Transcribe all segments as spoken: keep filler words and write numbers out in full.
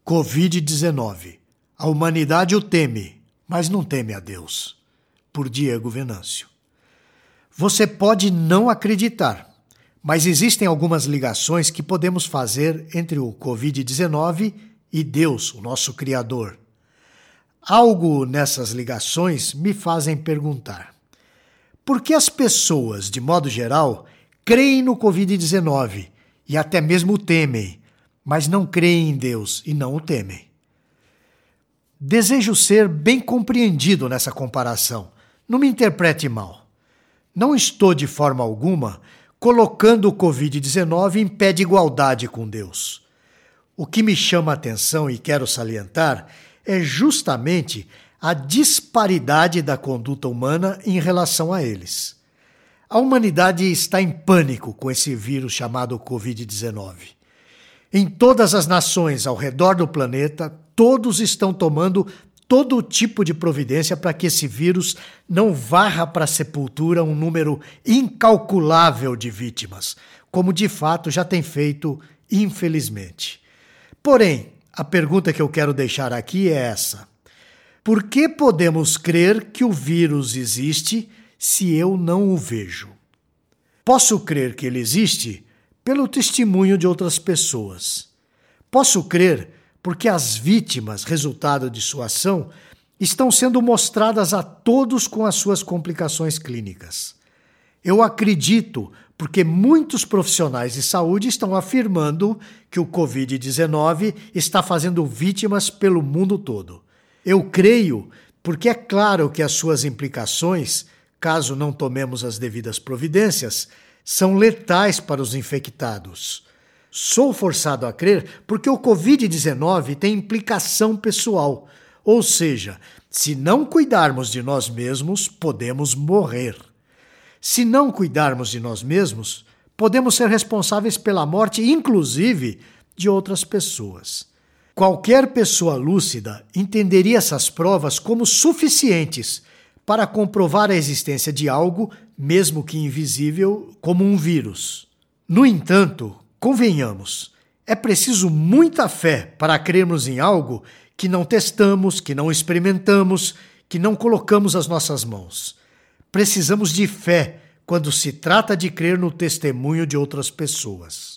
covid dezenove. A humanidade o teme, mas não teme a Deus. Por Diego Venâncio. Você pode não acreditar, mas existem algumas ligações que podemos fazer entre o covid dezenove e Deus, o nosso Criador. Algo nessas ligações me fazem perguntar: por que as pessoas, de modo geral, creem no covid dezenove e até mesmo o temem, mas não creem em Deus e não o temem? Desejo ser bem compreendido nessa comparação. Não me interprete mal. Não estou de forma alguma colocando o covid dezenove em pé de igualdade com Deus. O que me chama a atenção e quero salientar é justamente a disparidade da conduta humana em relação a eles. A humanidade está em pânico com esse vírus chamado covid dezenove. Em todas as nações ao redor do planeta, todos estão tomando todo tipo de providência para que esse vírus não varra para a sepultura um número incalculável de vítimas, como de fato já tem feito, infelizmente. Porém, a pergunta que eu quero deixar aqui é essa: por que podemos crer que o vírus existe se eu não o vejo? Posso crer que ele existe pelo testemunho de outras pessoas. Posso crer porque as vítimas, resultado de sua ação, estão sendo mostradas a todos com as suas complicações clínicas. Eu acredito porque muitos profissionais de saúde estão afirmando que o covid dezenove está fazendo vítimas pelo mundo todo. Eu creio porque é claro que as suas implicações, caso não tomemos as devidas providências, são letais para os infectados. Sou forçado a crer porque o covid dezenove tem implicação pessoal, ou seja, se não cuidarmos de nós mesmos, podemos morrer. Se não cuidarmos de nós mesmos, podemos ser responsáveis pela morte, inclusive, de outras pessoas. Qualquer pessoa lúcida entenderia essas provas como suficientes para comprovar a existência de algo, mesmo que invisível, como um vírus. No entanto, convenhamos, é preciso muita fé para crermos em algo que não testamos, que não experimentamos, que não colocamos as nossas mãos. Precisamos de fé quando se trata de crer no testemunho de outras pessoas.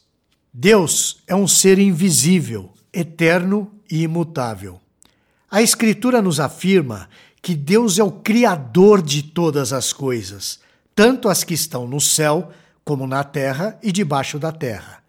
Deus é um ser invisível, eterno e imutável. A Escritura nos afirma que Deus é o Criador de todas as coisas, tanto as que estão no céu, como na terra e debaixo da terra.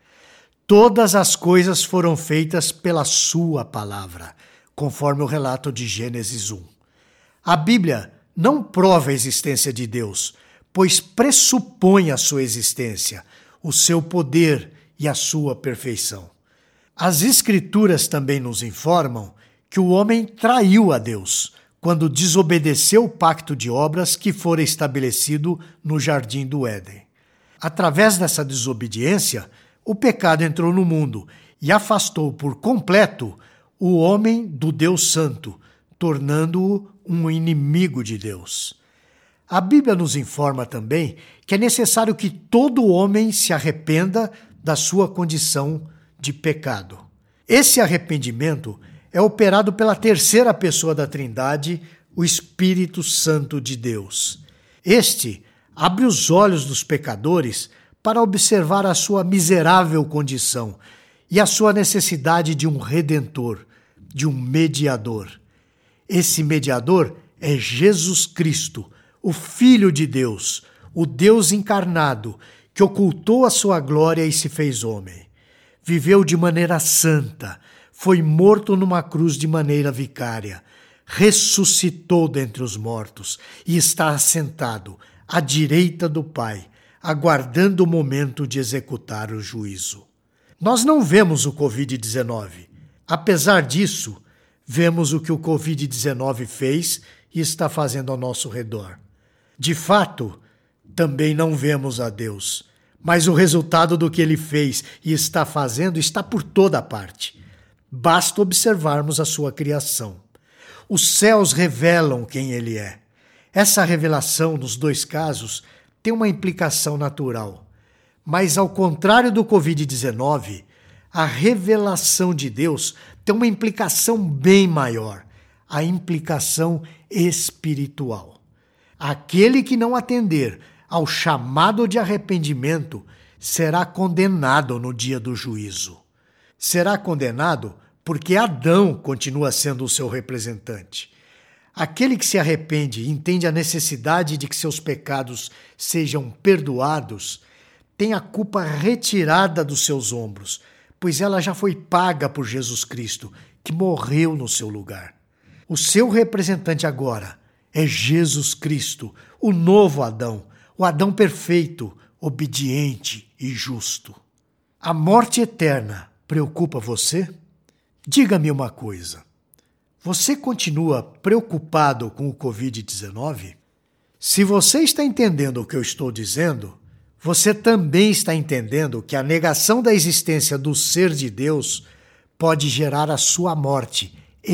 Todas as coisas foram feitas pela sua palavra, conforme o relato de Gênesis um. A Bíblia não prova a existência de Deus, pois pressupõe a sua existência, o seu poder e a sua perfeição. As Escrituras também nos informam que o homem traiu a Deus quando desobedeceu o pacto de obras que fora estabelecido no Jardim do Éden. Através dessa desobediência, o pecado entrou no mundo e afastou por completo o homem do Deus Santo, tornando-o um inimigo de Deus. A Bíblia nos informa também que é necessário que todo homem se arrependa da sua condição de pecado. Esse arrependimento é operado pela terceira pessoa da Trindade, o Espírito Santo de Deus. Este abre os olhos dos pecadores para observar a sua miserável condição e a sua necessidade de um redentor, de um mediador. Esse mediador é Jesus Cristo, o Filho de Deus, o Deus encarnado, que ocultou a sua glória e se fez homem. Viveu de maneira santa, foi morto numa cruz de maneira vicária, ressuscitou dentre os mortos e está assentado à direita do Pai, aguardando o momento de executar o juízo. Nós não vemos o covid dezenove. Apesar disso, vemos o que o covid dezenove fez e está fazendo ao nosso redor. De fato, também não vemos a Deus, mas o resultado do que ele fez e está fazendo está por toda parte. Basta observarmos a sua criação. Os céus revelam quem ele é. Essa revelação, nos dois casos, tem uma implicação natural. Mas, ao contrário do covid dezenove, a revelação de Deus tem uma implicação bem maior, a implicação espiritual. Aquele que não atender ao chamado de arrependimento será condenado no dia do juízo. Será condenado porque Adão continua sendo o seu representante. Aquele que se arrepende e entende a necessidade de que seus pecados sejam perdoados, tem a culpa retirada dos seus ombros, pois ela já foi paga por Jesus Cristo, que morreu no seu lugar. O seu representante agora é Jesus Cristo, o novo Adão, o Adão perfeito, obediente e justo. A morte eterna preocupa você? Diga-me uma coisa. Você continua preocupado com o covid dezenove? Se você está entendendo o que eu estou dizendo, você também está entendendo que a negação da existência do ser de Deus pode gerar a sua morte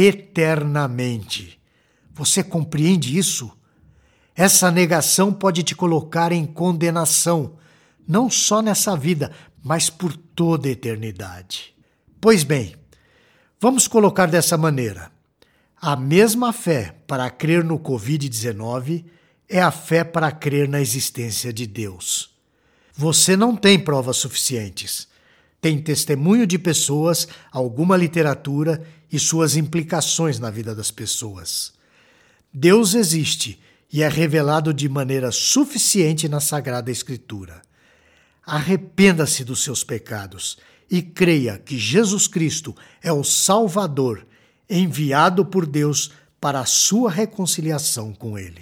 eternamente. Você compreende isso? Essa negação pode te colocar em condenação, não só nessa vida, mas por toda a eternidade. Pois bem, vamos colocar dessa maneira. A mesma fé para crer no covid dezenove é a fé para crer na existência de Deus. Você não tem provas suficientes. Tem testemunho de pessoas, alguma literatura e suas implicações na vida das pessoas. Deus existe e é revelado de maneira suficiente na Sagrada Escritura. Arrependa-se dos seus pecados e creia que Jesus Cristo é o Salvador, enviado por Deus para a sua reconciliação com Ele.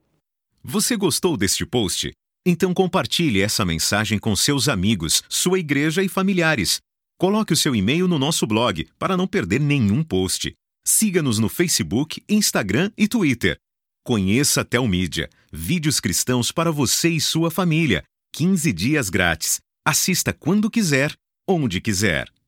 Você gostou deste post? Então compartilhe essa mensagem com seus amigos, sua igreja e familiares. Coloque o seu e-mail no nosso blog para não perder nenhum post. Siga-nos no Facebook, Instagram e Twitter. Conheça a Telmídia, vídeos cristãos para você e sua família. quinze dias grátis. Assista quando quiser, onde quiser.